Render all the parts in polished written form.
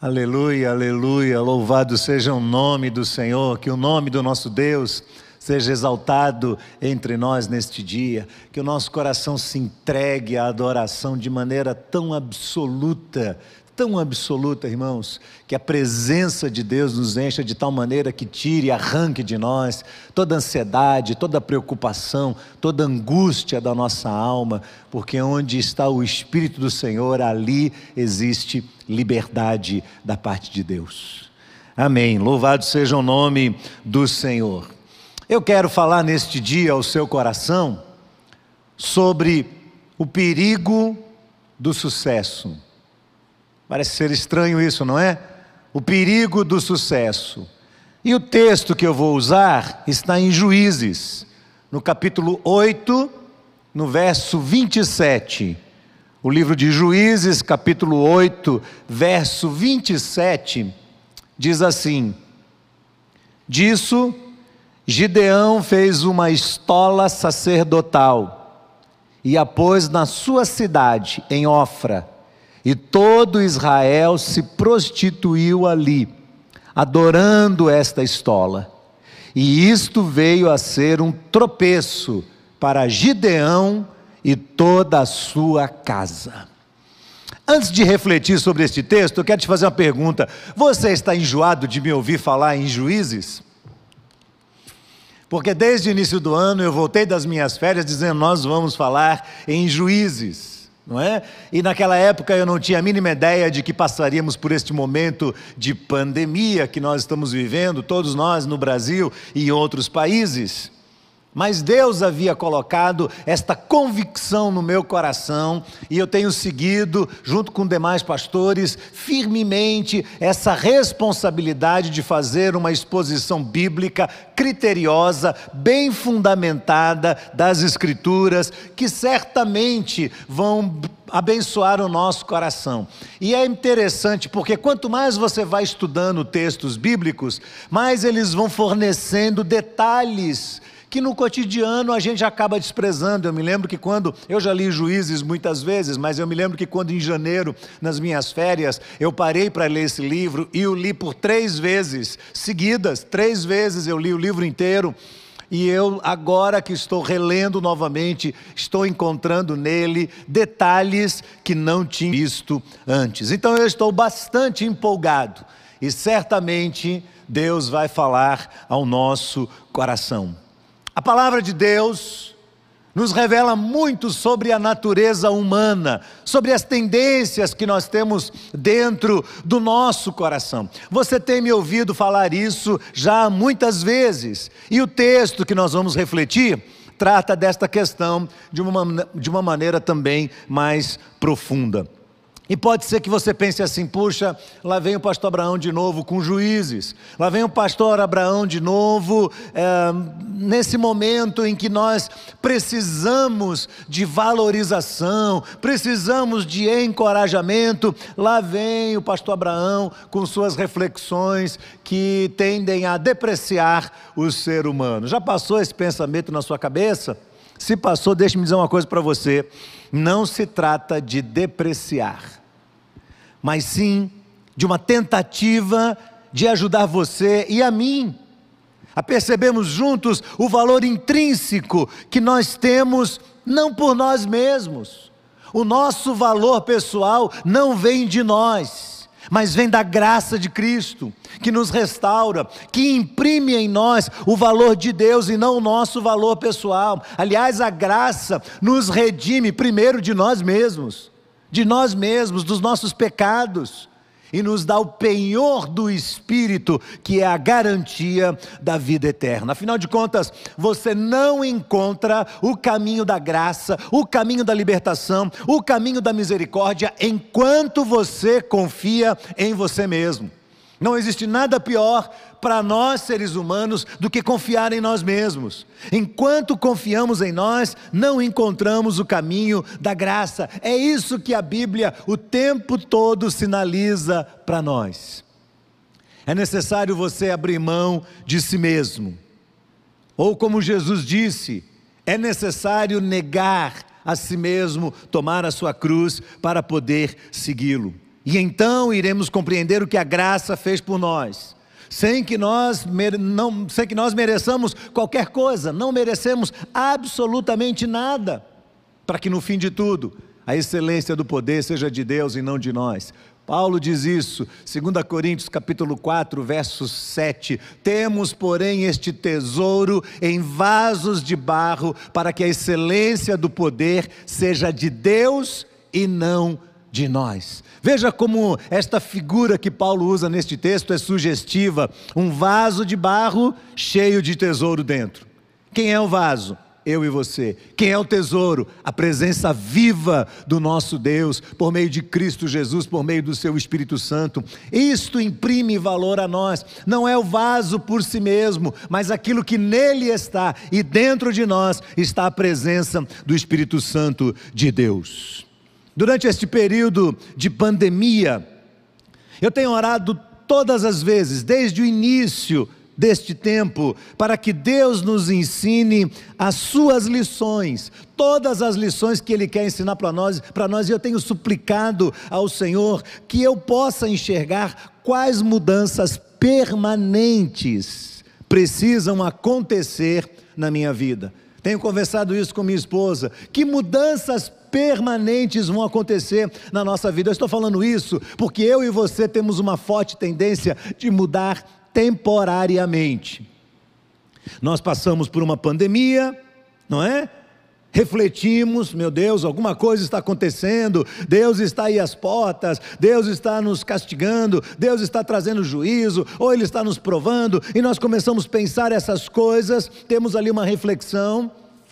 Aleluia, aleluia, louvado seja o nome do Senhor, que o nome do nosso Deus seja exaltado entre nós neste dia, que o nosso coração se entregue à adoração de maneira tão absoluta, irmãos, que a presença de Deus nos encha de tal maneira que tire e arranque de nós toda ansiedade, toda preocupação, toda angústia da nossa alma, porque onde está o Espírito do Senhor, ali existe liberdade da parte de Deus. Amém, louvado seja o nome do Senhor. Eu quero falar neste dia ao seu coração sobre o perigo do sucesso. Parece ser estranho isso, não é? O perigo do sucesso. E o texto que eu vou usar está em Juízes, no capítulo 8, no verso 27. O livro de Juízes, capítulo 8, verso 27, diz assim: Disso, Gideão fez uma estola sacerdotal e a pôs na sua cidade, em Ofra, e todo Israel se prostituiu ali, adorando esta estola. E isto veio a ser um tropeço para Gideão e toda a sua casa. Antes de refletir sobre este texto, eu quero te fazer uma pergunta. Você está enjoado de me ouvir falar em Juízes? Porque desde o início do ano eu voltei das minhas férias dizendo: nós vamos falar em Juízes. Não é? E naquela época eu não tinha a mínima ideia de que passaríamos por este momento de pandemia que nós estamos vivendo, todos nós no Brasil e em outros países. Mas Deus havia colocado esta convicção no meu coração e eu tenho seguido, junto com demais pastores, firmemente essa responsabilidade de fazer uma exposição bíblica criteriosa, bem fundamentada das Escrituras, que certamente vão abençoar o nosso coração. E é interessante porque quanto mais você vai estudando textos bíblicos, mais eles vão fornecendo detalhes que no cotidiano a gente acaba desprezando. Eu me lembro que eu já li Juízes muitas vezes, mas eu me lembro que quando em janeiro, nas minhas férias, eu parei para ler esse livro e o li por 3 vezes seguidas, 3 vezes eu li o livro inteiro. E eu, agora que estou relendo novamente, estou encontrando nele detalhes que não tinha visto antes. Então eu estou bastante empolgado e certamente Deus vai falar ao nosso coração. A palavra de Deus nos revela muito sobre a natureza humana, sobre as tendências que nós temos dentro do nosso coração. Você tem me ouvido falar isso já muitas vezes, e o texto que nós vamos refletir trata desta questão de uma maneira também mais profunda. E pode ser que você pense assim: puxa, lá vem o pastor Abraão de novo com Juízes, lá vem o pastor Abraão de novo, nesse momento em que nós precisamos de valorização, precisamos de encorajamento, lá vem o pastor Abraão com suas reflexões que tendem a depreciar o ser humano. Já passou esse pensamento na sua cabeça? Se passou, deixe-me dizer uma coisa para você: não se trata de depreciar, mas sim de uma tentativa de ajudar você e a mim a percebermos juntos o valor intrínseco que nós temos, não por nós mesmos. O nosso valor pessoal não vem de nós, mas vem da graça de Cristo, que nos restaura, que imprime em nós o valor de Deus e não o nosso valor pessoal. Aliás, a graça nos redime primeiro de nós mesmos, dos nossos pecados, e nos dá o penhor do Espírito, que é a garantia da vida eterna. Afinal de contas, você não encontra o caminho da graça, o caminho da libertação, o caminho da misericórdia, enquanto você confia em você mesmo. Não existe nada pior para nós seres humanos do que confiar em nós mesmos. Enquanto confiamos em nós, não encontramos o caminho da graça. É isso que a Bíblia o tempo todo sinaliza para nós. É necessário você abrir mão de si mesmo. Ou como Jesus disse, é necessário negar a si mesmo, tomar a sua cruz para poder segui-lo. E então iremos compreender o que a graça fez por nós, sem que nós mereçamos qualquer coisa, não merecemos absolutamente nada, para que no fim de tudo, a excelência do poder seja de Deus e não de nós. Paulo diz isso, 2 Coríntios capítulo 4, verso 7, temos porém este tesouro em vasos de barro, para que a excelência do poder seja de Deus e não de nós. Veja como esta figura que Paulo usa neste texto é sugestiva, um vaso de barro cheio de tesouro dentro. Quem é o vaso? Eu e você. Quem é o tesouro? A presença viva do nosso Deus, por meio de Cristo Jesus, por meio do seu Espírito Santo. Isto imprime valor a nós. Não é o vaso por si mesmo, mas aquilo que nele está, e dentro de nós está a presença do Espírito Santo de Deus. Durante este período de pandemia, eu tenho orado todas as vezes, desde o início deste tempo, para que Deus nos ensine as suas lições, todas as lições que Ele quer ensinar para nós, e eu tenho suplicado ao Senhor que eu possa enxergar quais mudanças permanentes precisam acontecer na minha vida. Tenho conversado isso com minha esposa, que mudanças permanentes vão acontecer na nossa vida. Eu estou falando isso porque eu e você temos uma forte tendência de mudar temporariamente. Nós passamos por uma pandemia, não é? Refletimos, meu Deus, alguma coisa está acontecendo, Deus está aí às portas, Deus está nos castigando, Deus está trazendo juízo, ou Ele está nos provando, e nós começamos a pensar essas coisas, temos ali uma reflexão,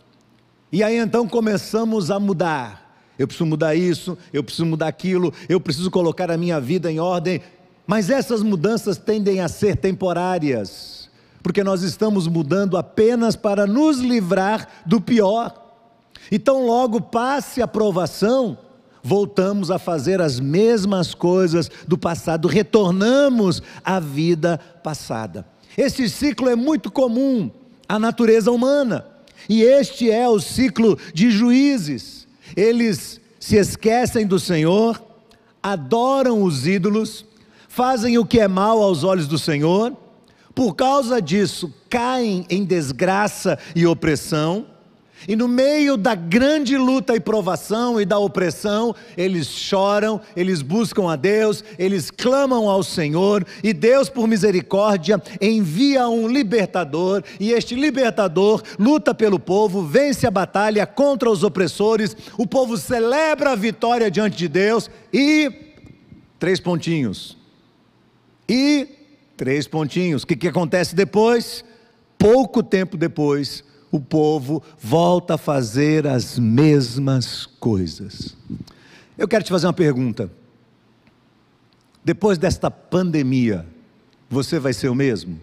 e aí então começamos a mudar. Eu preciso mudar isso, eu preciso mudar aquilo, eu preciso colocar a minha vida em ordem. Mas essas mudanças tendem a ser temporárias, porque nós estamos mudando apenas para nos livrar do pior. Então logo passe a provação, voltamos a fazer as mesmas coisas do passado, retornamos à vida passada. Esse ciclo é muito comum à natureza humana, e este é o ciclo de Juízes. Eles se esquecem do Senhor, adoram os ídolos, fazem o que é mal aos olhos do Senhor, por causa disso caem em desgraça e opressão, e no meio da grande luta e provação e da opressão, eles choram, eles buscam a Deus, eles clamam ao Senhor, e Deus por misericórdia envia um libertador, e este libertador luta pelo povo, vence a batalha contra os opressores, o povo celebra a vitória diante de Deus, e 3 pontinhos. E 3 pontinhos, o que acontece depois? Pouco tempo depois, o povo volta a fazer as mesmas coisas. Eu quero te fazer uma pergunta. Depois desta pandemia, você vai ser o mesmo?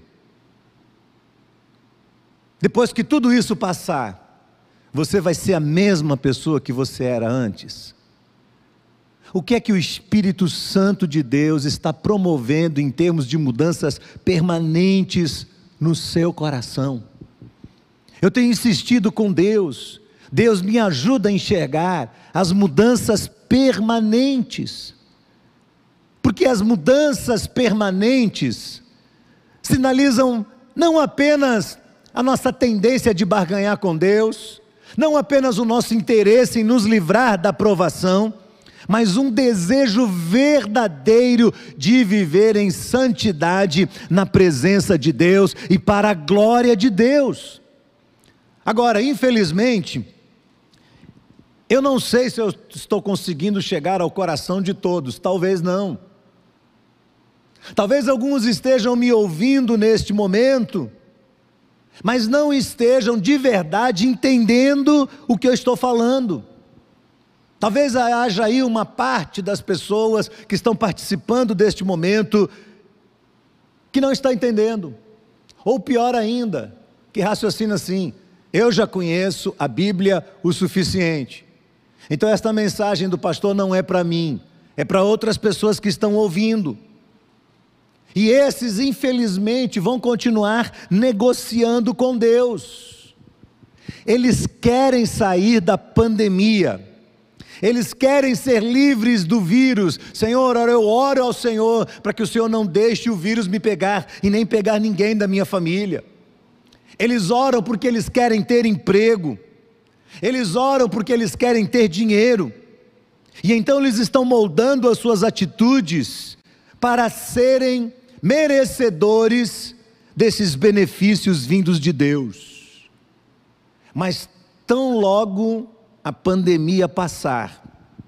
Depois que tudo isso passar, você vai ser a mesma pessoa que você era antes? O que é que o Espírito Santo de Deus está promovendo em termos de mudanças permanentes no seu coração? Eu tenho insistido com Deus, Deus me ajuda a enxergar as mudanças permanentes, porque as mudanças permanentes sinalizam não apenas a nossa tendência de barganhar com Deus, não apenas o nosso interesse em nos livrar da provação, mas um desejo verdadeiro de viver em santidade na presença de Deus e para a glória de Deus. Agora, infelizmente, eu não sei se eu estou conseguindo chegar ao coração de todos, talvez não. Talvez alguns estejam me ouvindo neste momento, mas não estejam de verdade entendendo o que eu estou falando. Talvez haja aí uma parte das pessoas que estão participando deste momento que não está entendendo, ou pior ainda, que raciocina assim: eu já conheço a Bíblia o suficiente, então esta mensagem do pastor não é para mim, é para outras pessoas que estão ouvindo. E esses infelizmente vão continuar negociando com Deus. Eles querem sair da pandemia, Eles querem ser livres do vírus. Senhor, eu oro ao Senhor para que o Senhor não deixe o vírus me pegar e nem pegar ninguém da minha família. Eles oram porque eles querem ter emprego. Eles oram porque eles querem ter dinheiro. E então eles estão moldando as suas atitudes para serem merecedores desses benefícios vindos de Deus. Mas tão logo a pandemia passar,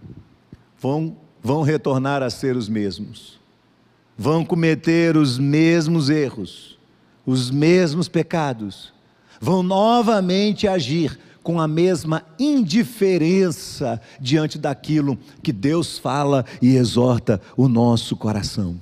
vão retornar a ser os mesmos, vão cometer os mesmos erros, os mesmos pecados, vão novamente agir com a mesma indiferença diante daquilo que Deus fala e exorta o nosso coração.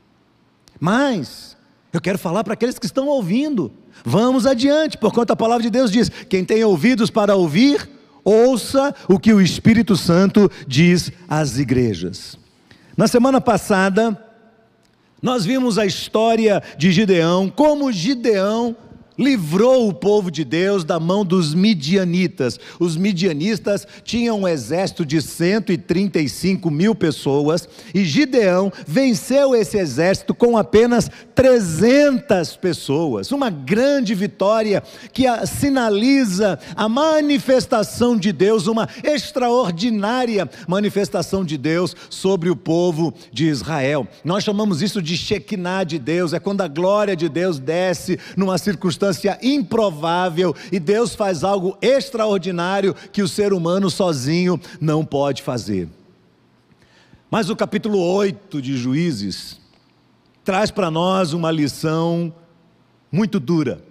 Mas eu quero falar para aqueles que estão ouvindo, vamos adiante, porquanto a palavra de Deus diz: quem tem ouvidos para ouvir, ouça o que o Espírito Santo diz às igrejas. Na semana passada, nós vimos a história de Gideão, como Gideão livrou o povo de Deus da mão dos midianitas. Os midianistas tinham um exército de 135 mil pessoas, e Gideão venceu esse exército com apenas 300 pessoas, uma grande vitória que sinaliza a manifestação de Deus, uma extraordinária manifestação de Deus sobre o povo de Israel. Nós chamamos isso de Shekinah de Deus, é quando a glória de Deus desce numa circunstância improvável, e Deus faz algo extraordinário que o ser humano sozinho não pode fazer. Mas o capítulo 8 de Juízes traz para nós uma lição muito dura.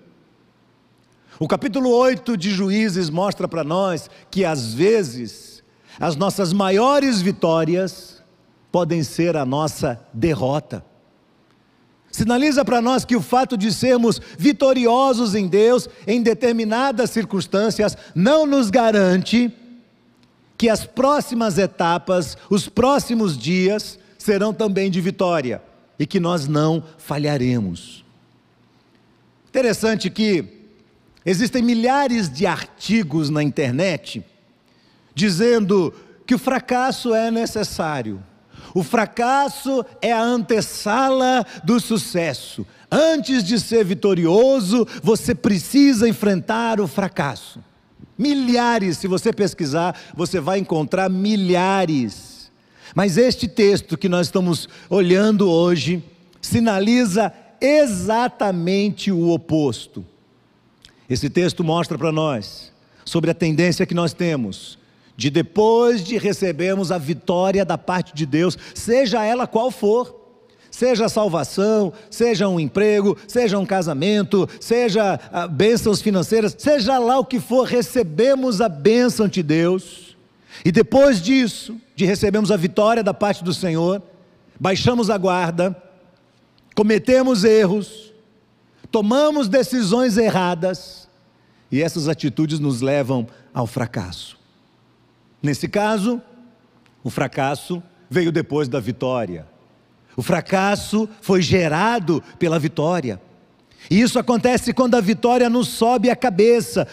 O capítulo 8 de Juízes mostra para nós que às vezes as nossas maiores vitórias podem ser a nossa derrota. Sinaliza para nós que o fato de sermos vitoriosos em Deus, em determinadas circunstâncias, não nos garante que as próximas etapas, os próximos dias, serão também de vitória, e que nós não falharemos. Interessante que existem milhares de artigos na internet, dizendo que o fracasso é necessário. O fracasso é a antessala do sucesso. Antes de ser vitorioso, você precisa enfrentar o fracasso. Milhares, se você pesquisar, você vai encontrar milhares. Mas este texto que nós estamos olhando hoje, sinaliza exatamente o oposto. Esse texto mostra para nós sobre a tendência que nós temos de, depois de recebermos a vitória da parte de Deus, seja ela qual for, seja a salvação, seja um emprego, seja um casamento, seja bênçãos financeiras, seja lá o que for, recebemos a bênção de Deus, e depois disso, de recebermos a vitória da parte do Senhor, baixamos a guarda, cometemos erros, tomamos decisões erradas, e essas atitudes nos levam ao fracasso. Nesse caso, o fracasso veio depois da vitória. O fracasso foi gerado pela vitória. E isso acontece quando a vitória nos sobe a cabeça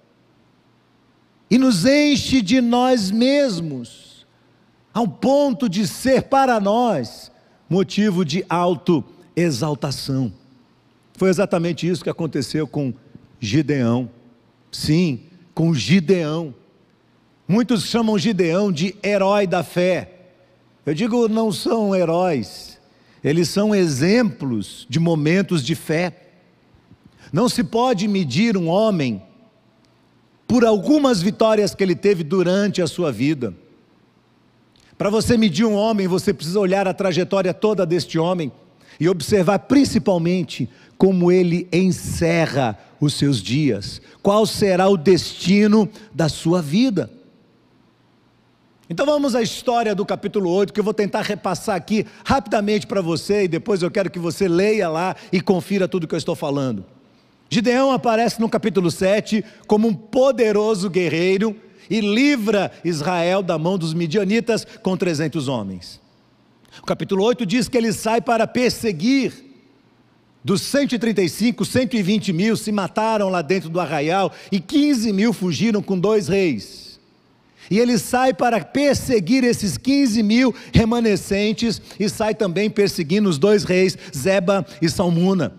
e nos enche de nós mesmos, ao ponto de ser para nós motivo de autoexaltação. Foi exatamente isso que aconteceu com Gideão. Sim, com Gideão. Muitos chamam Gideão de herói da fé. Eu digo, não são heróis, eles são exemplos de momentos de fé. Não se pode medir um homem por algumas vitórias que ele teve durante a sua vida. Para você medir um homem, você precisa olhar a trajetória toda deste homem e observar principalmente como ele encerra os seus dias, qual será o destino da sua vida. Então vamos à história do capítulo 8, que eu vou tentar repassar aqui rapidamente para você, e depois eu quero que você leia lá e confira tudo que eu estou falando. Gideão aparece no capítulo 7 como um poderoso guerreiro e livra Israel da mão dos midianitas com 300 homens. O capítulo 8 diz que ele sai para perseguir. Dos 135, 120 mil se mataram lá dentro do arraial, e 15 mil fugiram com 2 reis. E ele sai para perseguir esses 15 mil remanescentes, e sai também perseguindo os 2 reis, Zeba e Salmuna.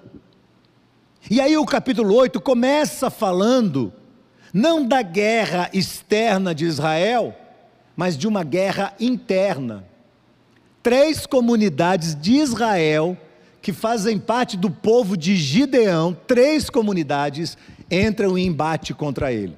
E aí o capítulo 8 começa falando, não da guerra externa de Israel, mas de uma guerra interna. 3 comunidades de Israel, que fazem parte do povo de Gideão, 3 comunidades entram em embate contra ele.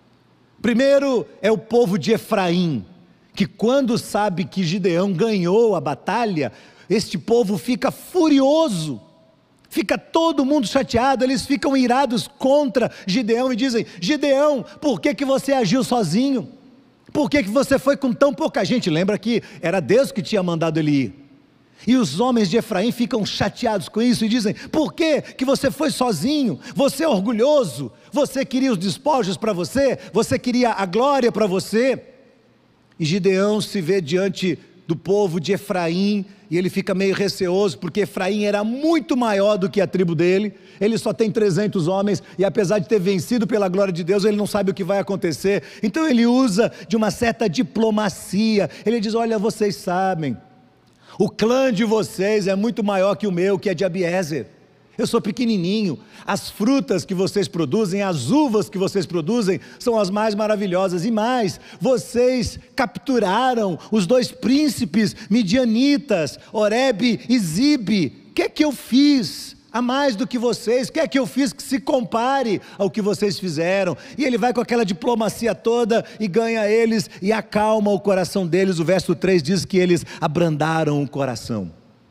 Primeiro é o povo de Efraim, que quando sabe que Gideão ganhou a batalha, este povo fica furioso, fica todo mundo chateado, eles ficam irados contra Gideão e dizem: Gideão, por que você agiu sozinho? Por que você foi com tão pouca gente? Lembra que era Deus que tinha mandado ele ir. E os homens de Efraim ficam chateados com isso e dizem: por que você foi sozinho? Você é orgulhoso, você queria os despojos para você, você queria a glória para você. E Gideão se vê diante do povo de Efraim, e ele fica meio receoso, porque Efraim era muito maior do que a tribo dele. Ele só tem 300 homens, e apesar de ter vencido pela glória de Deus, ele não sabe o que vai acontecer. Então ele usa de uma certa diplomacia, ele diz: olha, vocês sabem, o clã de vocês é muito maior que o meu, que é de Abiezer. Eu sou pequenininho, as frutas que vocês produzem, as uvas que vocês produzem, são as mais maravilhosas. E mais, vocês capturaram os 2 príncipes midianitas, Oreb e Zibe. O que é que eu fiz a mais do que vocês? O que é que eu fiz que se compare ao que vocês fizeram? E ele vai com aquela diplomacia toda e ganha eles e acalma o coração deles. O verso 3 diz que eles abrandaram o coração.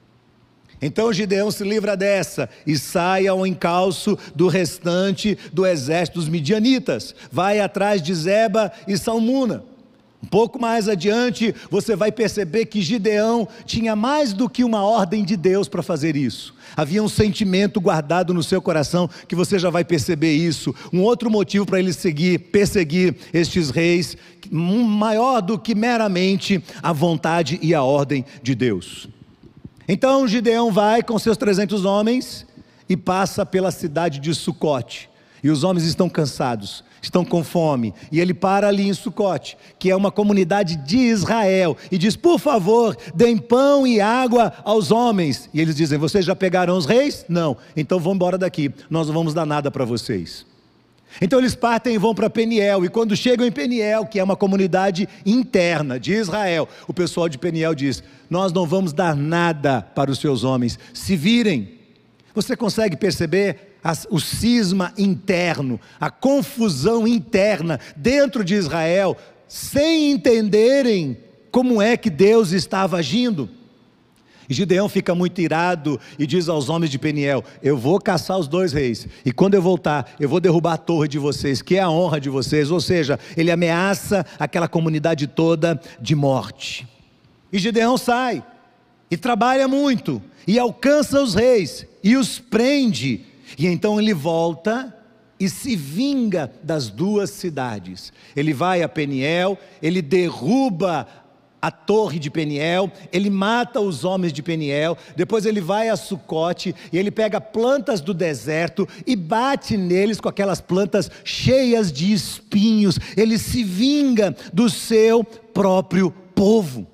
Então Gideão se livra dessa e sai ao encalço do restante do exército dos midianitas, vai atrás de Zeba e Salmuna. Um pouco mais adiante você vai perceber que Gideão tinha mais do que uma ordem de Deus para fazer isso. Havia um sentimento guardado no seu coração, que você já vai perceber isso, um outro motivo para ele perseguir estes reis, maior do que meramente a vontade e a ordem de Deus. Então Gideão vai com seus 300 homens e passa pela cidade de Sucote, e os homens estão cansados, estão com fome, e ele para ali em Sucote, que é uma comunidade de Israel, e diz: por favor, deem pão e água aos homens. E eles dizem: vocês já pegaram os reis? Não, então vão embora daqui, nós não vamos dar nada para vocês. Então eles partem e vão para Peniel, e quando chegam em Peniel, que é uma comunidade interna de Israel, o pessoal de Peniel diz: nós não vamos dar nada para os seus homens, se virem. Você consegue perceber o cisma interno, a confusão interna dentro de Israel, sem entenderem como é que Deus estava agindo? E Gideão fica muito irado e diz aos homens de Peniel: eu vou caçar os 2 reis, e quando eu voltar, eu vou derrubar a torre de vocês, que é a honra de vocês. Ou seja, ele ameaça aquela comunidade toda de morte. E Gideão sai, e trabalha muito, e alcança os reis, e os prende, e então ele volta e se vinga das 2 cidades. Ele vai a Peniel, ele derruba a torre de Peniel, ele mata os homens de Peniel, depois ele vai a Sucote, e ele pega plantas do deserto, e bate neles com aquelas plantas cheias de espinhos. Ele se vinga do seu próprio povo.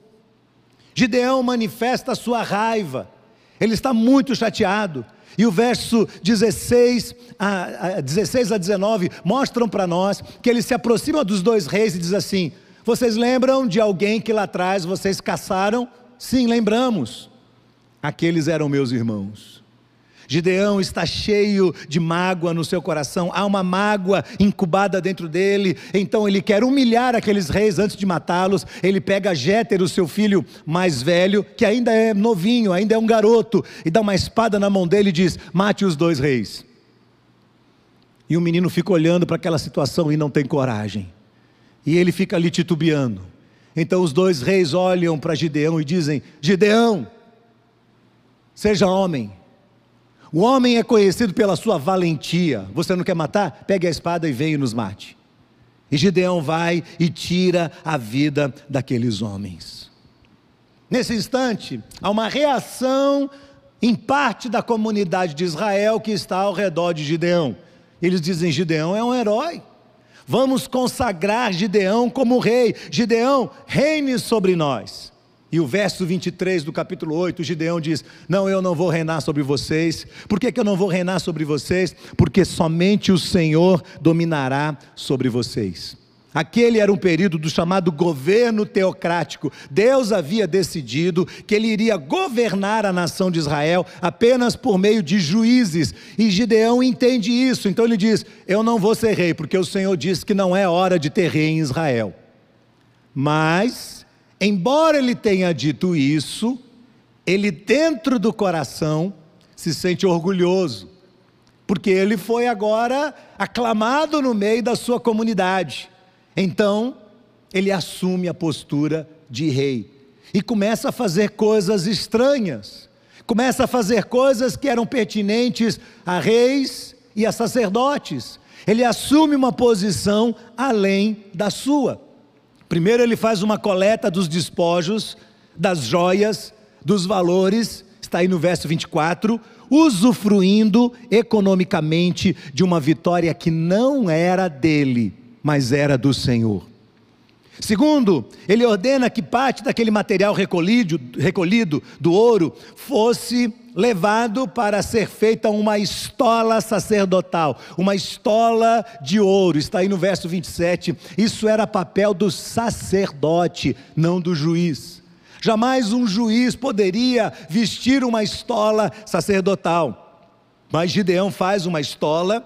Gideão manifesta a sua raiva, ele está muito chateado, e o verso 16 a 19 mostram para nós que ele se aproxima dos 2 reis e diz assim: vocês lembram de alguém que lá atrás vocês caçaram? Sim, lembramos. Aqueles eram meus irmãos. Gideão está cheio de mágoa no seu coração, há uma mágoa incubada dentro dele, então ele quer humilhar aqueles reis antes de matá-los. Ele pega Jéter, o seu filho mais velho, que ainda é novinho, ainda é um garoto, e dá uma espada na mão dele e diz: mate os 2 reis. E o menino fica olhando para aquela situação e não tem coragem, e ele fica ali titubeando. Então os 2 reis olham para Gideão e dizem: Gideão, seja homem. O homem é conhecido pela sua valentia. Você não quer matar? Pegue a espada e venha e nos mate. E Gideão vai e tira a vida daqueles homens. Nesse instante, há uma reação em parte da comunidade de Israel que está ao redor de Gideão. Eles dizem: Gideão é um herói. vamos consagrar Gideão como rei. Gideão, reine sobre nós. E o verso 23 do capítulo 8, Gideão diz: não, eu não vou reinar sobre vocês. Por que eu não vou reinar sobre vocês? Porque somente o Senhor dominará sobre vocês. Aquele era um período do chamado governo teocrático. Deus havia decidido que ele iria governar a nação de Israel apenas por meio de juízes, e Gideão entende isso. Então ele diz: eu não vou ser rei, porque o Senhor disse que não é hora de ter rei em Israel. Mas, embora ele tenha dito isso, ele dentro do coração se sente orgulhoso, porque ele foi agora aclamado no meio da sua comunidade. Então, ele assume a postura de rei e começa a fazer coisas estranhas, começa a fazer coisas que eram pertinentes a reis e a sacerdotes. Ele assume uma posição além da sua. Primeiro ele faz uma coleta dos despojos, das joias, dos valores, está aí no verso 24, usufruindo economicamente de uma vitória que não era dele, mas era do Senhor. Segundo, ele ordena que parte daquele material recolhido do ouro fosse levado para ser feita uma estola sacerdotal, uma estola de ouro. Está aí no verso 27, isso era papel do sacerdote, não do juiz. Jamais um juiz poderia vestir uma estola sacerdotal, mas Gideão faz uma estola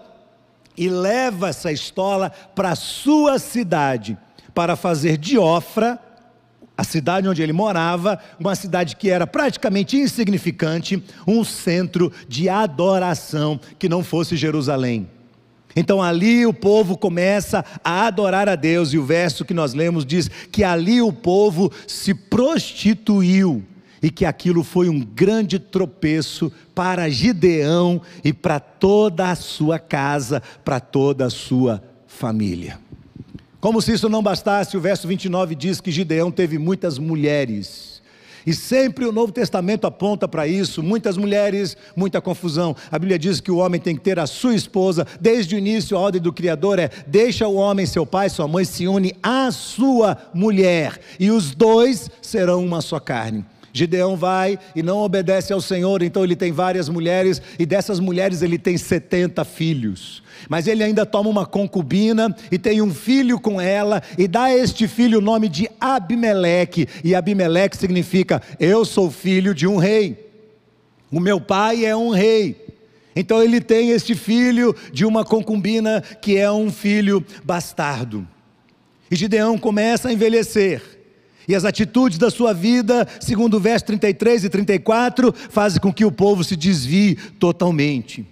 e leva essa estola para a sua cidade, para fazer de Ofra, a cidade onde ele morava, uma cidade que era praticamente insignificante, um centro de adoração que não fosse Jerusalém. Então ali o povo começa a adorar a Deus, e o verso que nós lemos diz que ali o povo se prostituiu, e que aquilo foi um grande tropeço para Gideão e para toda a sua casa, para toda a sua família. Como se isso não bastasse, o verso 29 diz que Gideão teve muitas mulheres, e sempre o Novo Testamento aponta para isso: muitas mulheres, muita confusão. A Bíblia diz que o homem tem que ter a sua esposa. Desde o início a ordem do Criador é: deixa o homem, seu pai, sua mãe, se une à sua mulher, e os dois serão uma só carne. Gideão vai e não obedece ao Senhor, então ele tem várias mulheres, e dessas mulheres ele tem 70 filhos, mas ele ainda toma uma concubina, e tem um filho com ela, e dá a este filho o nome de Abimeleque, e Abimeleque significa: eu sou filho de um rei, o meu pai é um rei. Então ele tem este filho de uma concubina, que é um filho bastardo, e Gideão começa a envelhecer, e as atitudes da sua vida, segundo o verso 33 e 34, fazem com que o povo se desvie totalmente.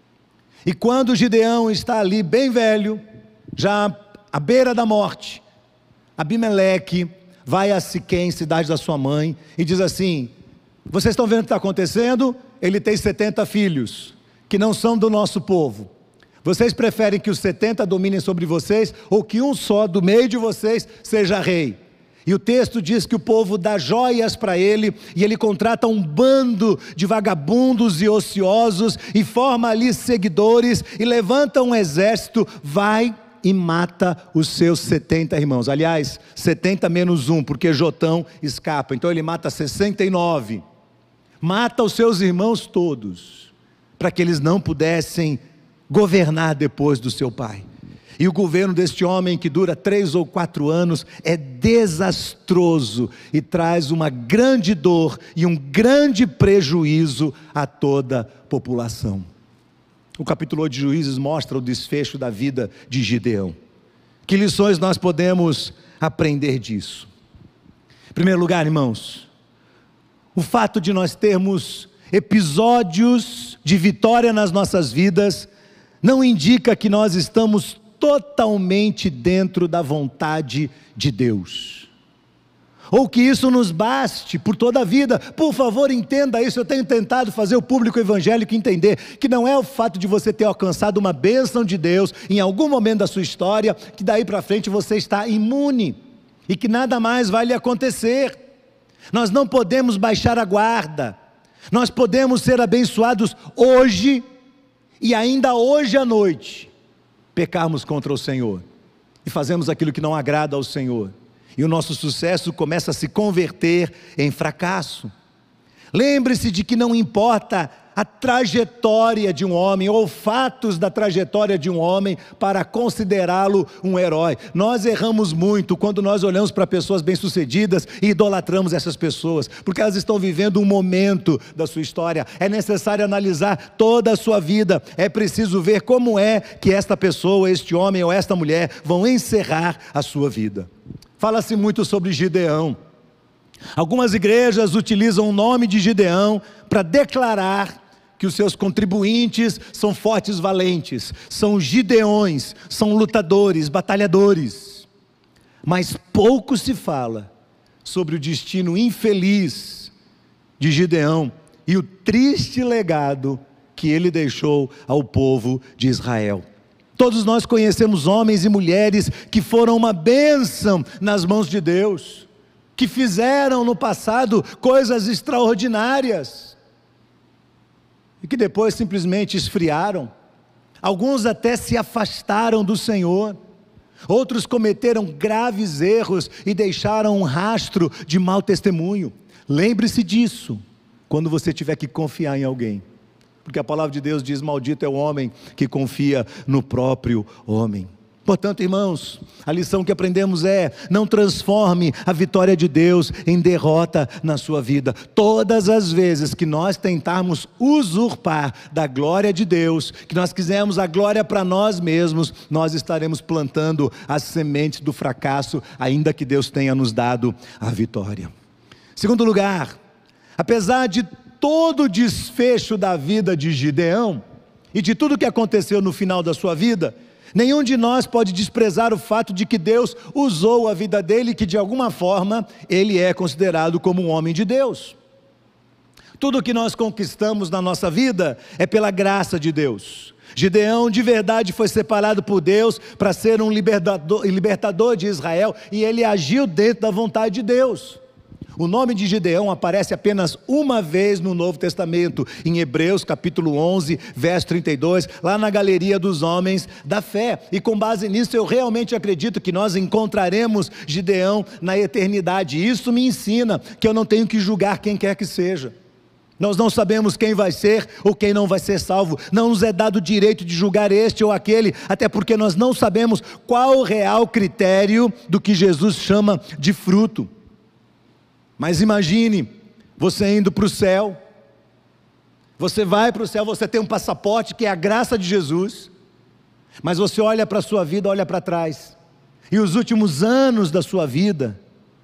E quando Gideão está ali bem velho, já à beira da morte, Abimeleque vai a Siquém, cidade da sua mãe, e diz assim: vocês estão vendo o que está acontecendo? Ele tem 70 filhos, que não são do nosso povo. Vocês preferem que os 70 dominem sobre vocês, ou que um só do meio de vocês seja rei? E o texto diz que o povo dá joias para ele, e ele contrata um bando de vagabundos e ociosos, e forma ali seguidores, e levanta um exército, vai e mata os seus 70 irmãos. Aliás, 70 menos um, porque Jotão escapa, então ele mata 69. Mata os seus irmãos todos, para que eles não pudessem governar depois do seu pai. E o governo deste homem, que dura 3 ou 4 anos, é desastroso e traz uma grande dor e um grande prejuízo a toda a população. O capítulo 8 de Juízes mostra o desfecho da vida de Gideão. Que lições nós podemos aprender disso? Em primeiro lugar, irmãos, o fato de nós termos episódios de vitória nas nossas vidas não indica que nós estamos totalmente dentro da vontade de Deus, ou que isso nos baste por toda a vida. Por favor, entenda isso. Eu tenho tentado fazer o público evangélico entender que não é o fato de você ter alcançado uma bênção de Deus em algum momento da sua história, que daí para frente você está imune, e que nada mais vai lhe acontecer. Nós não podemos baixar a guarda. Nós podemos ser abençoados hoje, e ainda hoje à noite pecarmos contra o Senhor. e fazemos aquilo que não agrada ao Senhor. E o nosso sucesso começa a se converter em fracasso. Lembre-se de que não importa a trajetória de um homem, ou fatos da trajetória de um homem, para considerá-lo um herói. Nós erramos muito quando nós olhamos para pessoas bem-sucedidas e idolatramos essas pessoas, porque elas estão vivendo um momento da sua história. É necessário analisar toda a sua vida, é preciso ver como é que esta pessoa, este homem ou esta mulher vão encerrar a sua vida. Fala-se muito sobre Gideão. Algumas igrejas utilizam o nome de Gideão para declarar que os seus contribuintes são fortes, valentes, são gideões, são lutadores, batalhadores. Mas pouco se fala sobre o destino infeliz de Gideão e o triste legado que ele deixou ao povo de Israel. Todos nós conhecemos homens e mulheres que foram uma bênção nas mãos de Deus, que fizeram no passado coisas extraordinárias, e que depois simplesmente esfriaram. Alguns até se afastaram do Senhor, outros cometeram graves erros e deixaram um rastro de mau testemunho. Lembre-se disso quando você tiver que confiar em alguém, porque a palavra de Deus diz: maldito é o homem que confia no próprio homem. Portanto, irmãos, a lição que aprendemos é: não transforme a vitória de Deus em derrota na sua vida. Todas as vezes que nós tentarmos usurpar da glória de Deus, que nós quisermos a glória para nós mesmos, nós estaremos plantando as sementes do fracasso, ainda que Deus tenha nos dado a vitória. Segundo lugar, apesar de todo o desfecho da vida de Gideão e de tudo que aconteceu no final da sua vida, nenhum de nós pode desprezar o fato de que Deus usou a vida dele e que de alguma forma ele é considerado como um homem de Deus. Tudo o que nós conquistamos na nossa vida é pela graça de Deus. Gideão de verdade foi separado por Deus para ser um libertador de Israel, e ele agiu dentro da vontade de Deus. O nome de Gideão aparece apenas uma vez no Novo Testamento, em Hebreus capítulo 11, verso 32, lá na galeria dos homens da fé. E com base nisso eu realmente acredito que nós encontraremos Gideão na eternidade. Isso me ensina que eu não tenho que julgar quem quer que seja. Nós não sabemos quem vai ser ou quem não vai ser salvo. Não nos é dado o direito de julgar este ou aquele, até porque nós não sabemos qual o real critério do que Jesus chama de fruto. Mas imagine você indo para o céu, você vai para o céu, você tem um passaporte que é a graça de Jesus, mas você olha para a sua vida, olha para trás, e os últimos anos da sua vida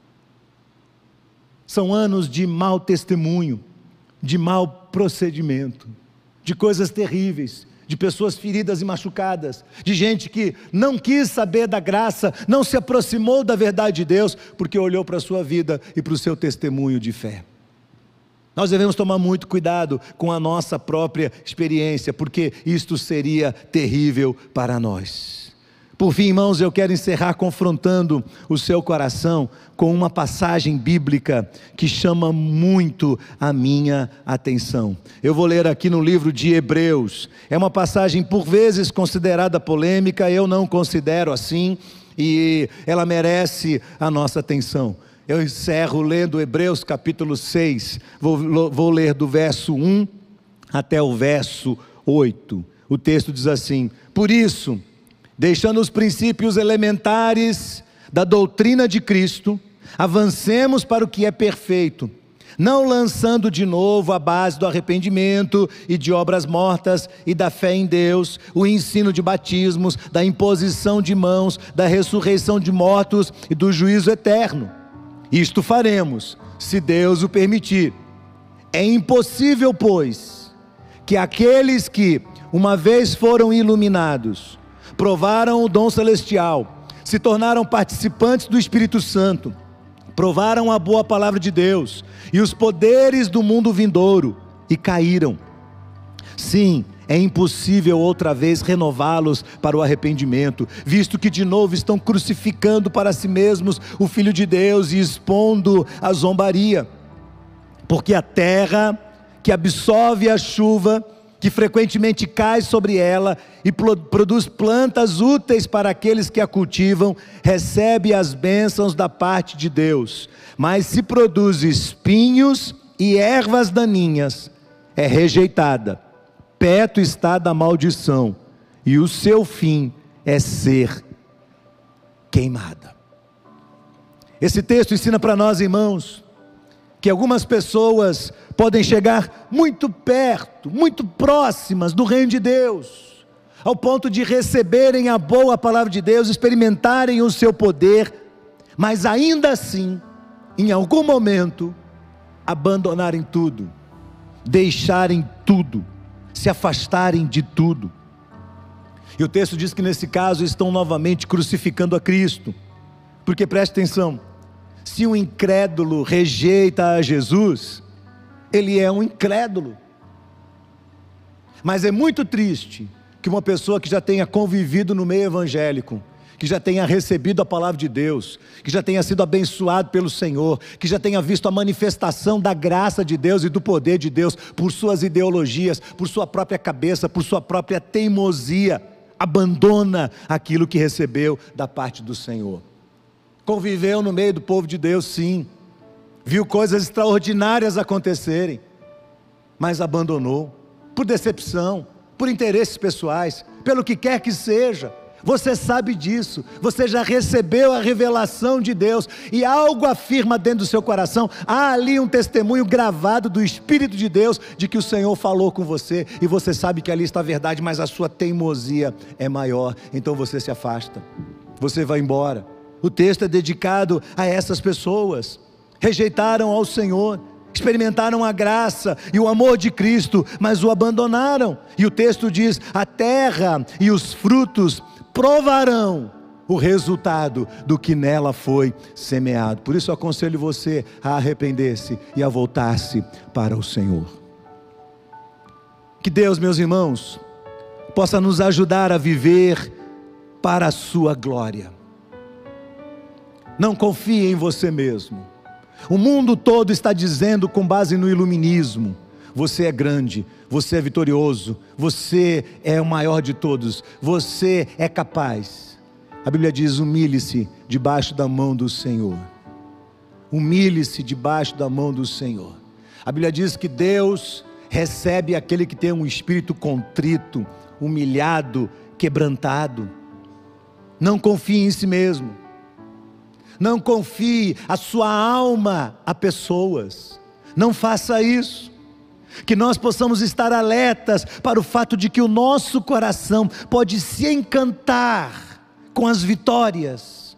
são anos de mau testemunho, de mau procedimento, de coisas terríveis, de pessoas feridas e machucadas, de gente que não quis saber da graça, não se aproximou da verdade de Deus, porque olhou para a sua vida e para o seu testemunho de fé. Nós devemos tomar muito cuidado com a nossa própria experiência, porque isto seria terrível para nós. Por fim, irmãos, eu quero encerrar confrontando o seu coração com uma passagem bíblica que chama muito a minha atenção. Eu vou ler aqui no livro de Hebreus. É uma passagem por vezes considerada polêmica, eu não considero assim, e ela merece a nossa atenção. Eu encerro lendo Hebreus capítulo 6, vou ler do verso 1 até o verso 8. O texto diz assim: por isso, deixando os princípios elementares da doutrina de Cristo, avancemos para o que é perfeito, não lançando de novo a base do arrependimento e de obras mortas e da fé em Deus, o ensino de batismos, da imposição de mãos, da ressurreição de mortos e do juízo eterno. Isto faremos, se Deus o permitir. É impossível, pois, que aqueles que uma vez foram iluminados, provaram o dom celestial, se tornaram participantes do Espírito Santo, provaram a boa palavra de Deus e os poderes do mundo vindouro e caíram. Sim, é impossível outra vez renová-los para o arrependimento, visto que de novo estão crucificando para si mesmos o Filho de Deus e expondo a zombaria. Porque a terra que absorve a chuva que frequentemente cai sobre ela e produz plantas úteis para aqueles que a cultivam, recebe as bênçãos da parte de Deus. Mas se produz espinhos e ervas daninhas, é rejeitada, perto está da maldição, e o seu fim é ser queimada. Esse texto ensina para nós, irmãos, que algumas pessoas podem chegar muito perto, muito próximas do reino de Deus, ao ponto de receberem a boa palavra de Deus, experimentarem o seu poder, mas ainda assim, em algum momento, abandonarem tudo, deixarem tudo, se afastarem de tudo. E o texto diz que nesse caso estão novamente crucificando a Cristo, porque preste atenção, se um incrédulo rejeita a Jesus, ele é um incrédulo. Mas é muito triste que uma pessoa que já tenha convivido no meio evangélico, que já tenha recebido a palavra de Deus, que já tenha sido abençoado pelo Senhor, que já tenha visto a manifestação da graça de Deus e do poder de Deus, por suas ideologias, por sua própria cabeça, por sua própria teimosia, abandona aquilo que recebeu da parte do Senhor. Conviveu no meio do povo de Deus, sim, viu coisas extraordinárias acontecerem, mas abandonou, por decepção, por interesses pessoais, pelo que quer que seja. Você sabe disso, você já recebeu a revelação de Deus, e algo afirma dentro do seu coração, há ali um testemunho gravado do Espírito de Deus, de que o Senhor falou com você, e você sabe que ali está a verdade, mas a sua teimosia é maior, então você se afasta, você vai embora. O texto é dedicado a essas pessoas, rejeitaram ao Senhor, experimentaram a graça e o amor de Cristo, mas o abandonaram, e o texto diz, a terra e os frutos provarão o resultado do que nela foi semeado. Por isso eu aconselho você a arrepender-se e a voltar-se para o Senhor. Que Deus, meus irmãos, possa nos ajudar a viver para a sua glória. Não confie em você mesmo. O mundo todo está dizendo, com base no iluminismo, você é grande, você é vitorioso, você é o maior de todos, você é capaz. A Bíblia diz, humilhe-se debaixo da mão do Senhor. Humilhe-se debaixo da mão do Senhor. A Bíblia diz que Deus recebe aquele que tem um espírito contrito, humilhado, quebrantado. Não confie em si mesmo. Não confie a sua alma a pessoas. Não faça isso. Que nós possamos estar alertas para o fato de que o nosso coração pode se encantar com as vitórias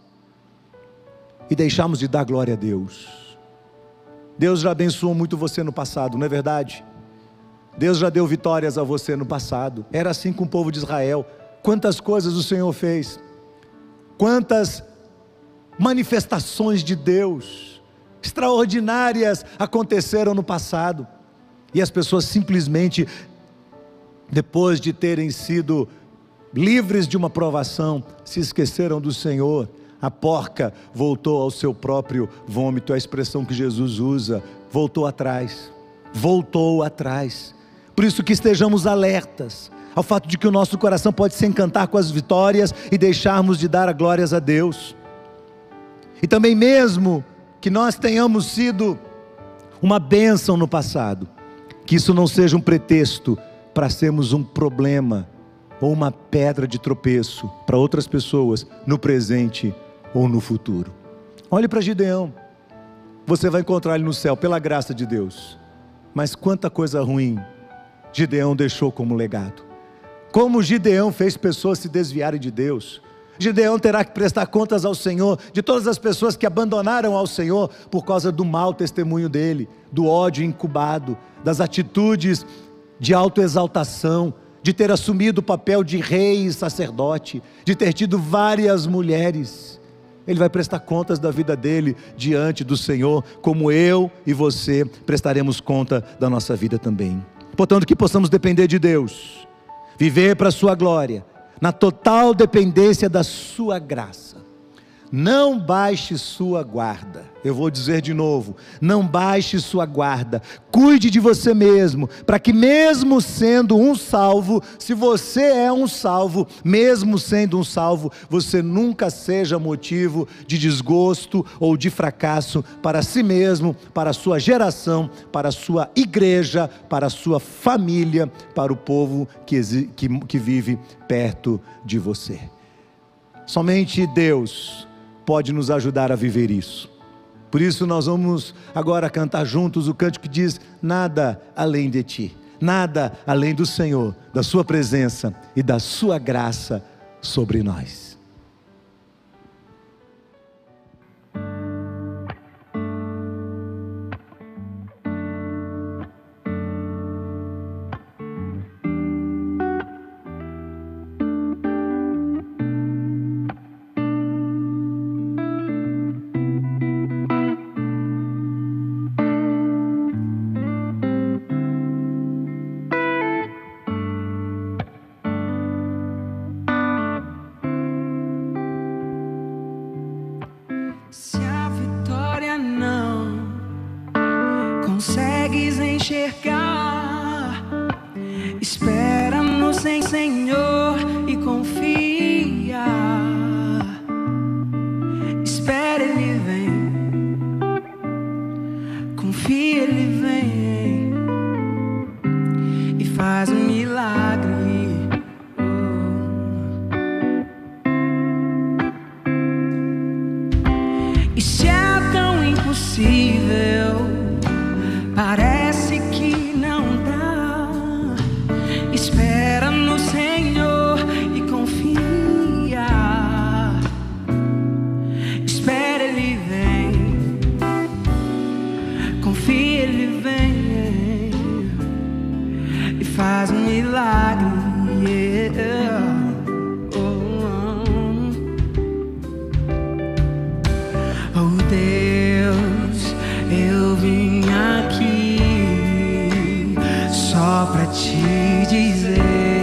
e deixarmos de dar glória a Deus. Deus já abençoou muito você no passado, não é verdade? Deus já deu vitórias a você no passado. Era assim com o povo de Israel. Quantas coisas o Senhor fez, quantas manifestações de Deus extraordinárias aconteceram no passado, e as pessoas simplesmente, depois de terem sido livres de uma provação, se esqueceram do Senhor. A porca voltou ao seu próprio vômito, a expressão que Jesus usa, voltou atrás, voltou atrás. Por isso que estejamos alertas ao fato de que o nosso coração pode se encantar com as vitórias e deixarmos de dar glórias a Deus. E também, mesmo que nós tenhamos sido uma bênção no passado, que isso não seja um pretexto para sermos um problema ou uma pedra de tropeço para outras pessoas no presente ou no futuro. Olhe para Gideão, você vai encontrar ele no céu pela graça de Deus, mas quanta coisa ruim Gideão deixou como legado. Como Gideão fez pessoas se desviarem de Deus. Gideão terá que prestar contas ao Senhor de todas as pessoas que abandonaram ao Senhor por causa do mau testemunho dele, do ódio incubado, das atitudes de autoexaltação, de ter assumido o papel de rei e sacerdote, de ter tido várias mulheres. Ele vai prestar contas da vida dele diante do Senhor, como eu e você prestaremos conta da nossa vida também. Portanto, que possamos depender de Deus, viver para a sua glória, na total dependência da sua graça, não baixe sua guarda. Eu vou dizer de novo, não baixe sua guarda, cuide de você mesmo, para que mesmo sendo um salvo, se você é um salvo, mesmo sendo um salvo, você nunca seja motivo de desgosto ou de fracasso para si mesmo, para a sua geração, para a sua igreja, para a sua família, para o povo que vive perto de você. Somente Deus pode nos ajudar a viver isso. Por isso nós vamos agora cantar juntos o cântico que diz: nada além de ti, nada além do Senhor, da sua presença e da sua graça sobre nós. Se a vitória não consegues enxergar, espera no Senhor e confia. Espera, Ele vem, confia, Ele vem e faz um milagre. E se é tão impossível, parece que não dá, espera no Senhor e confia. Espera, Ele vem, confia, Ele vem e faz um milagre. Oh Deus, eu vim aqui só pra te dizer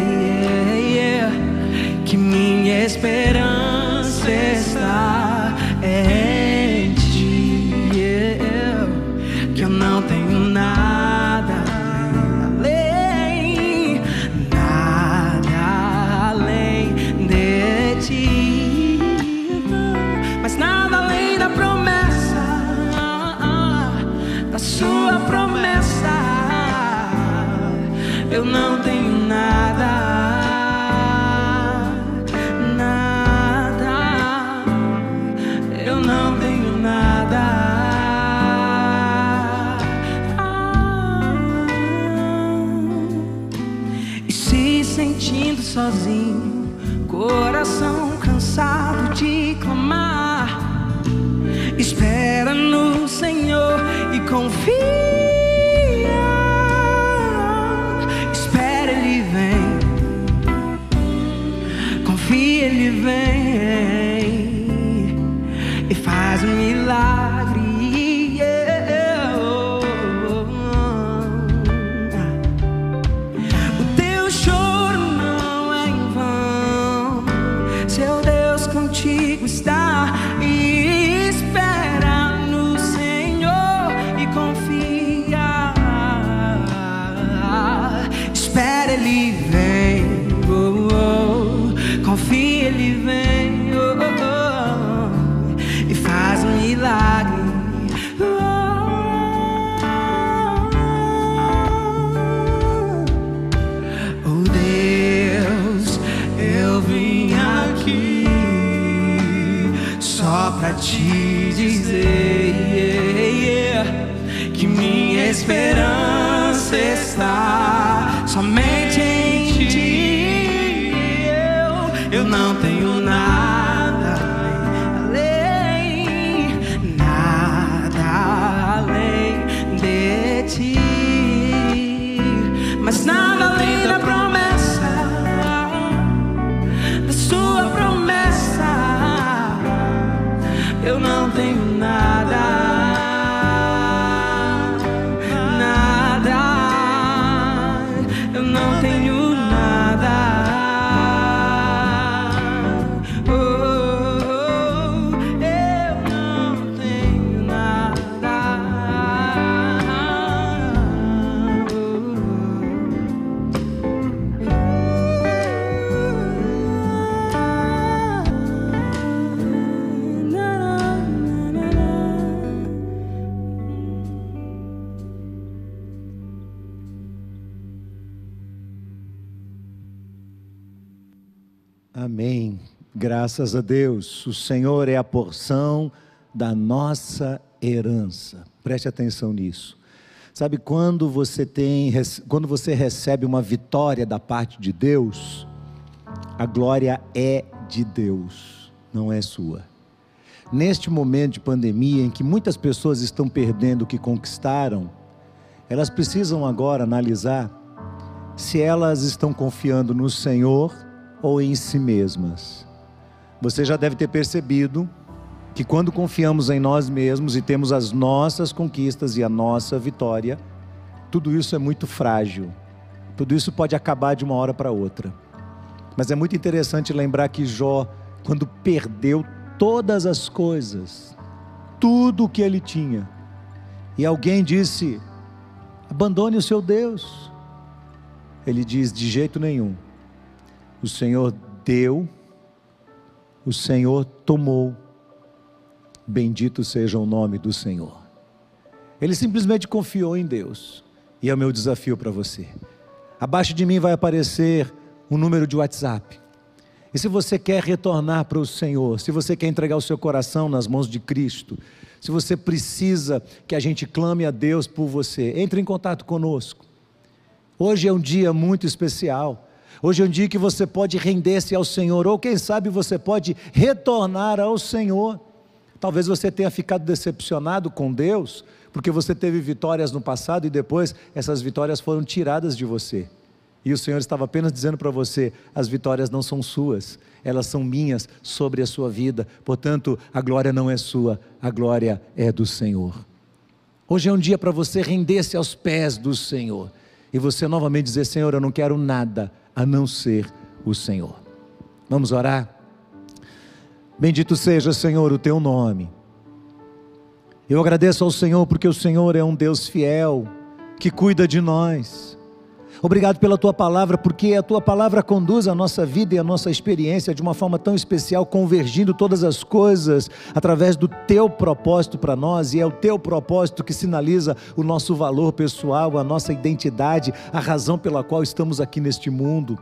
que minha esperança está em ti, que eu não tenho nada além de ti, mas nada além da promessa, da sua promessa. Eu não tenho nada, eu não tenho nada. E se sentindo sozinho, coração cansado de clamar, espera no Senhor e confia. Espera, Ele vem, confia, Ele vem e faz um milagre. O teu choro não é em vão, seu Deus contigo está. E espera no Senhor e confia. Espera, Ele vem, confia, Ele vem, e faz um milagre. Oh Deus, eu vim aqui só pra te dizer que minha esperança está somente em ti. Eu não tenho nada além de ti, mas nada além da promessa, da sua promessa. Eu não tenho nada. Eu não tenho nada. Oh, oh, oh, Amém. Graças a Deus. O Senhor é a porção da nossa herança. Preste atenção nisso. Sabe, quando você recebe uma vitória da parte de Deus, a glória é de Deus, não é sua. Neste momento de pandemia em que muitas pessoas estão perdendo o que conquistaram, elas precisam agora analisar se elas estão confiando no Senhor ou em si mesmas. Você já deve ter percebido que quando confiamos em nós mesmos e temos as nossas conquistas e a nossa vitória, tudo isso é muito frágil, tudo isso pode acabar de uma hora para outra. Mas é muito interessante lembrar que Jó, quando perdeu todas as coisas, tudo o que ele tinha, e alguém disse: abandone o seu Deus, ele diz: de jeito nenhum. O Senhor deu, o Senhor tomou, bendito seja o nome do Senhor. Ele simplesmente confiou em Deus. E é o meu desafio para você. Abaixo de mim vai aparecer um número de WhatsApp. E se você quer retornar para o Senhor, se você quer entregar o seu coração nas mãos de Cristo, se você precisa que a gente clame a Deus por você, entre em contato conosco. Hoje é um dia muito especial. Hoje é um dia que você pode render-se ao Senhor, ou quem sabe você pode retornar ao Senhor. Talvez você tenha ficado decepcionado com Deus, porque você teve vitórias no passado e depois essas vitórias foram tiradas de você. E o Senhor estava apenas dizendo para você: as vitórias não são suas, elas são minhas sobre a sua vida. Portanto, a glória não é sua, a glória é do Senhor. Hoje é um dia para você render-se aos pés do Senhor e você novamente dizer: Senhor, eu não quero nada a não ser o Senhor. Vamos orar? Bendito seja, Senhor, o teu nome. Eu agradeço ao Senhor porque o Senhor é um Deus fiel, que cuida de nós. Obrigado pela tua palavra, porque a tua palavra conduz a nossa vida e a nossa experiência de uma forma tão especial, convergindo todas as coisas através do teu propósito para nós, e é o teu propósito que sinaliza o nosso valor pessoal, a nossa identidade, a razão pela qual estamos aqui neste mundo.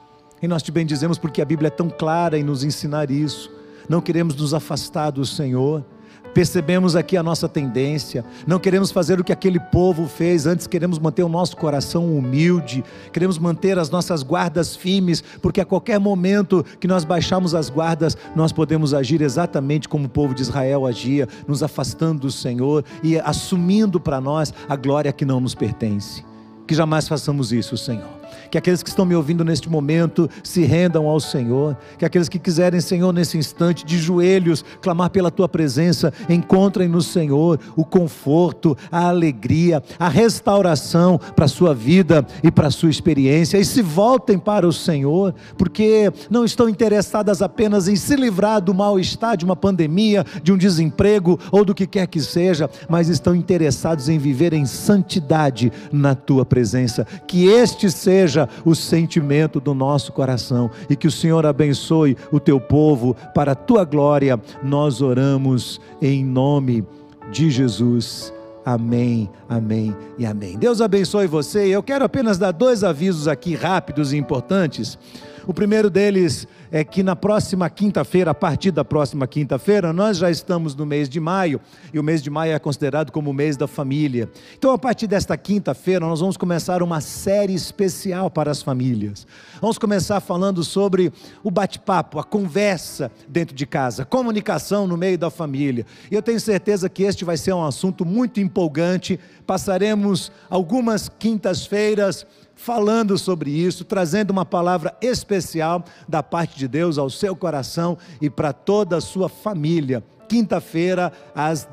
E nós te bendizemos porque a Bíblia é tão clara em nos ensinar isso. Não queremos nos afastar do Senhor. Percebemos aqui a nossa tendência, não queremos fazer o que aquele povo fez, antes queremos manter o nosso coração humilde, queremos manter as nossas guardas firmes, porque a qualquer momento que nós baixarmos as guardas, nós podemos agir exatamente como o povo de Israel agia, nos afastando do Senhor e assumindo para nós a glória que não nos pertence. Que jamais façamos isso, Senhor. Que aqueles que estão me ouvindo neste momento se rendam ao Senhor, que aqueles que quiserem, Senhor, nesse instante, de joelhos, clamar pela tua presença, encontrem no Senhor o conforto, a alegria, a restauração para a sua vida e para a sua experiência, e se voltem para o Senhor, porque não estão interessadas apenas em se livrar do mal-estar de uma pandemia, de um desemprego ou do que quer que seja, mas estão interessados em viver em santidade na tua presença. Que este seja o sentimento do nosso coração e que o Senhor abençoe o teu povo para a tua glória. Nós oramos em nome de Jesus. Amém, amém e amém. Deus abençoe você. Eu quero apenas dar 2 avisos aqui rápidos e importantes. O primeiro deles é que na próxima quinta-feira, a partir da próxima quinta-feira, nós já estamos no mês de maio, e o mês de maio é considerado como o mês da família. Então, a partir desta quinta-feira, nós vamos começar uma série especial para as famílias. Vamos começar falando sobre o bate-papo, a conversa dentro de casa, comunicação no meio da família. E eu tenho certeza que este vai ser um assunto muito empolgante. Passaremos algumas quintas-feiras falando sobre isso, trazendo uma palavra especial da parte de Deus ao seu coração e para toda a sua família. Quinta-feira, às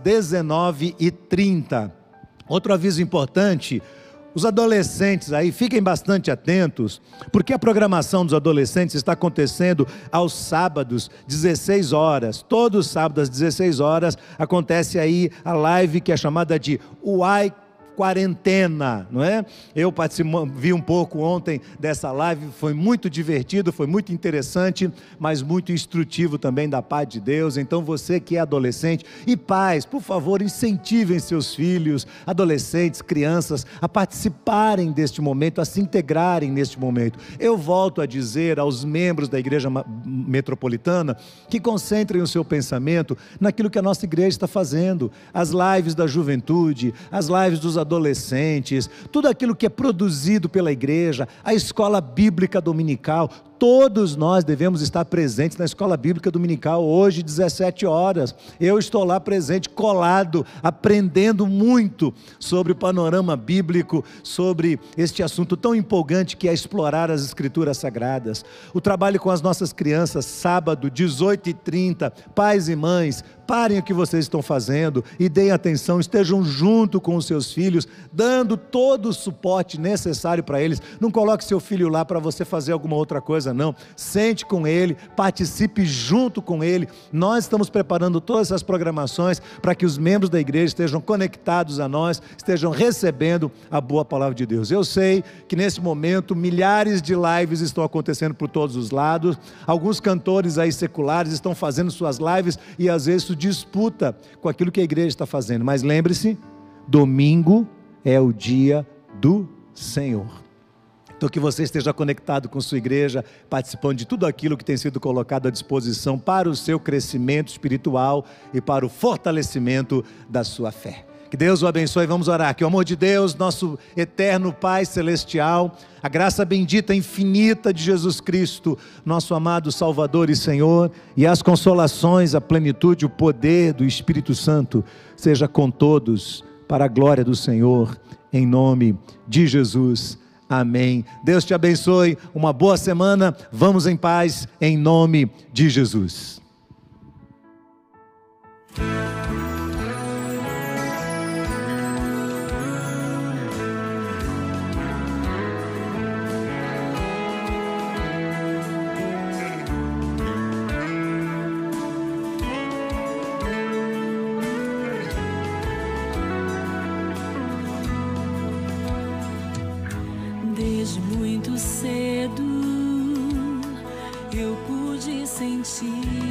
19h30. Outro aviso importante: os adolescentes aí, fiquem bastante atentos, porque a programação dos adolescentes está acontecendo aos sábados, 16 horas. Todos os sábados, às 16 horas, acontece aí a live que é chamada de Uai quarentena, não é? Eu vi um pouco ontem dessa live, foi muito divertido, foi muito interessante, mas muito instrutivo também da parte de Deus. Então você que é adolescente e pais, por favor, incentivem seus filhos, adolescentes, crianças, a participarem deste momento, a se integrarem neste momento. Eu volto a dizer aos membros da Igreja Metropolitana que concentrem o seu pensamento naquilo que a nossa igreja está fazendo, as lives da juventude, as lives dos adolescentes, tudo aquilo que é produzido pela igreja, a escola bíblica dominical. Todos nós devemos estar presentes na escola bíblica dominical hoje, 17 horas. Eu estou lá presente, colado, aprendendo muito sobre o panorama bíblico, sobre este assunto tão empolgante que é explorar as escrituras sagradas. O trabalho com as nossas crianças, sábado, 18h30, pais e mães, parem o que vocês estão fazendo e deem atenção, estejam junto com os seus filhos, dando todo o suporte necessário para eles. Não coloque seu filho lá para você fazer alguma outra coisa, não. Sente com ele, participe junto com ele. Nós estamos preparando todas essas programações para que os membros da igreja estejam conectados a nós, estejam recebendo a boa palavra de Deus. Eu sei que nesse momento milhares de lives estão acontecendo por todos os lados. Alguns cantores aí seculares estão fazendo suas lives e às vezes isso disputa com aquilo que a igreja está fazendo. Mas lembre-se, domingo é o dia do Senhor. Então que você esteja conectado com sua igreja, participando de tudo aquilo que tem sido colocado à disposição para o seu crescimento espiritual e para o fortalecimento da sua fé. Que Deus o abençoe. Vamos orar. Que o amor de Deus, nosso eterno Pai Celestial, a graça bendita infinita de Jesus Cristo, nosso amado Salvador e Senhor, e as consolações, a plenitude, o poder do Espírito Santo, seja com todos, para a glória do Senhor, em nome de Jesus. Amém. Deus te abençoe, uma boa semana, vamos em paz, em nome de Jesus. Desde muito cedo eu pude sentir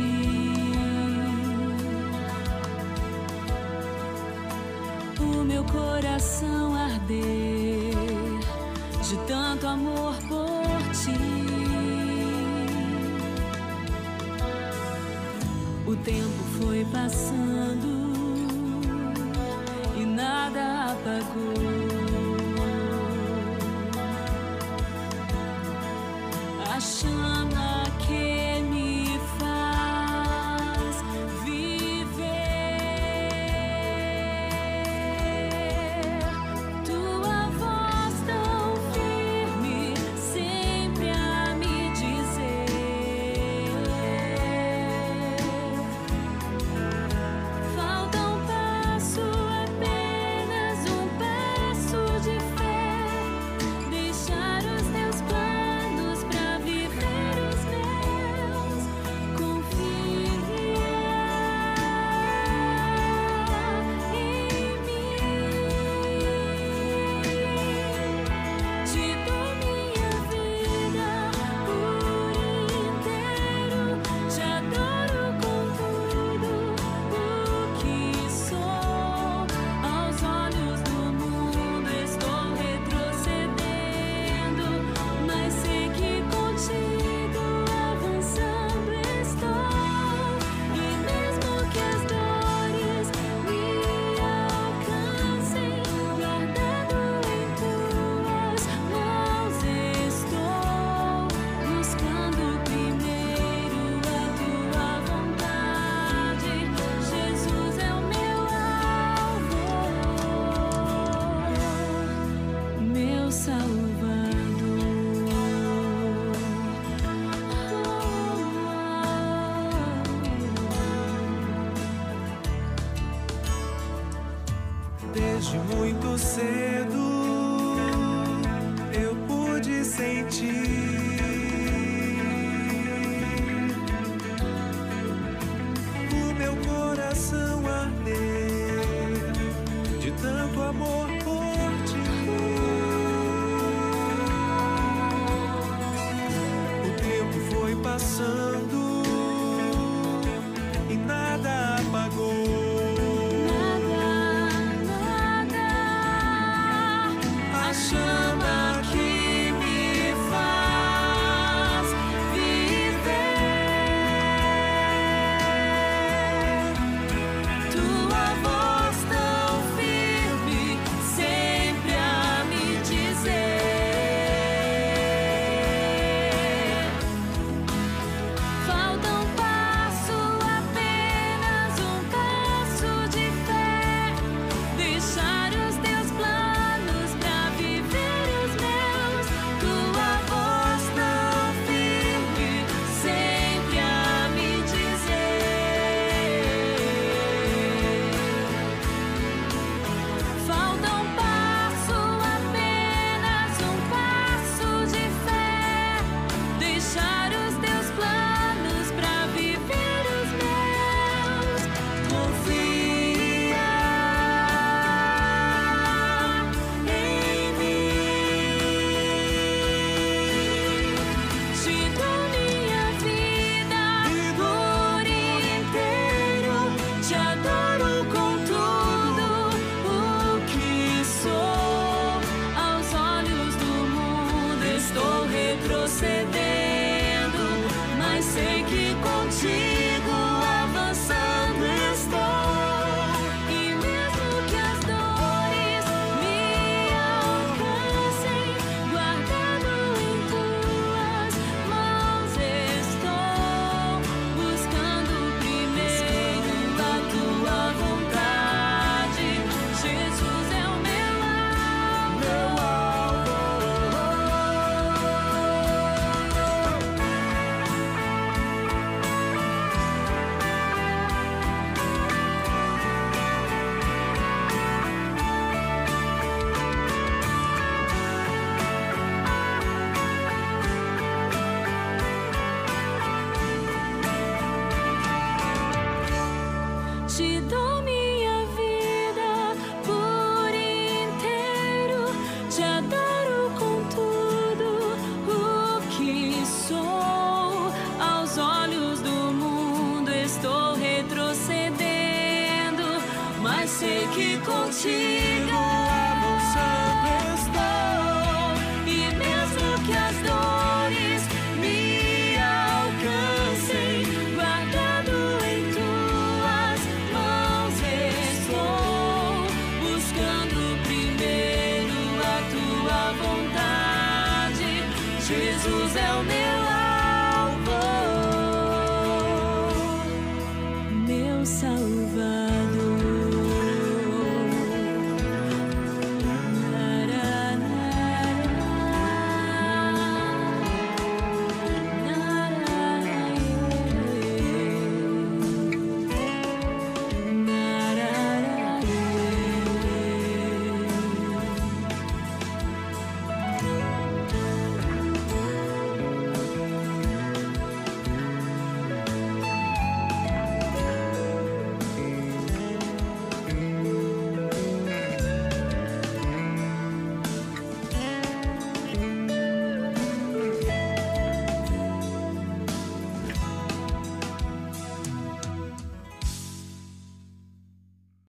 o meu coração arder de tanto amor por ti. O tempo foi passando e nada apagou a chama que me faz viver. Tua voz tão firme, sempre a me dizer: falta um passo, apenas um passo de fé, deixar os teus planos pra viver os meus, confiar em mim. Te dou minha vida por inteiro, te adoro com tudo o que sou. Aos olhos do mundo estou retrocedendo, mas sei que contigo avançando estou. E mesmo que as dores me alcancem, guardado em tuas mãos estou, buscando primeiro a tua vontade. Jesus é o meu alvo, meu Salvador. Desde muito cedo eu pude sentir o meu coração arder de tanto amor por retrocedendo, mas sei que contigo avançando estou. E mesmo que as dores me alcancem, guardado em tuas mãos estou, buscando primeiro a tua vontade. Jesus é o meu alvo. Te dou minha vida por inteiro, te adoro com tudo o que sou. Aos olhos do mundo estou retrocedendo, mas sei que contigo avançando estou. E mesmo que as dores me alcancem, guardado em tuas mãos estou, buscando primeiro a tua vontade. Jesus é o meu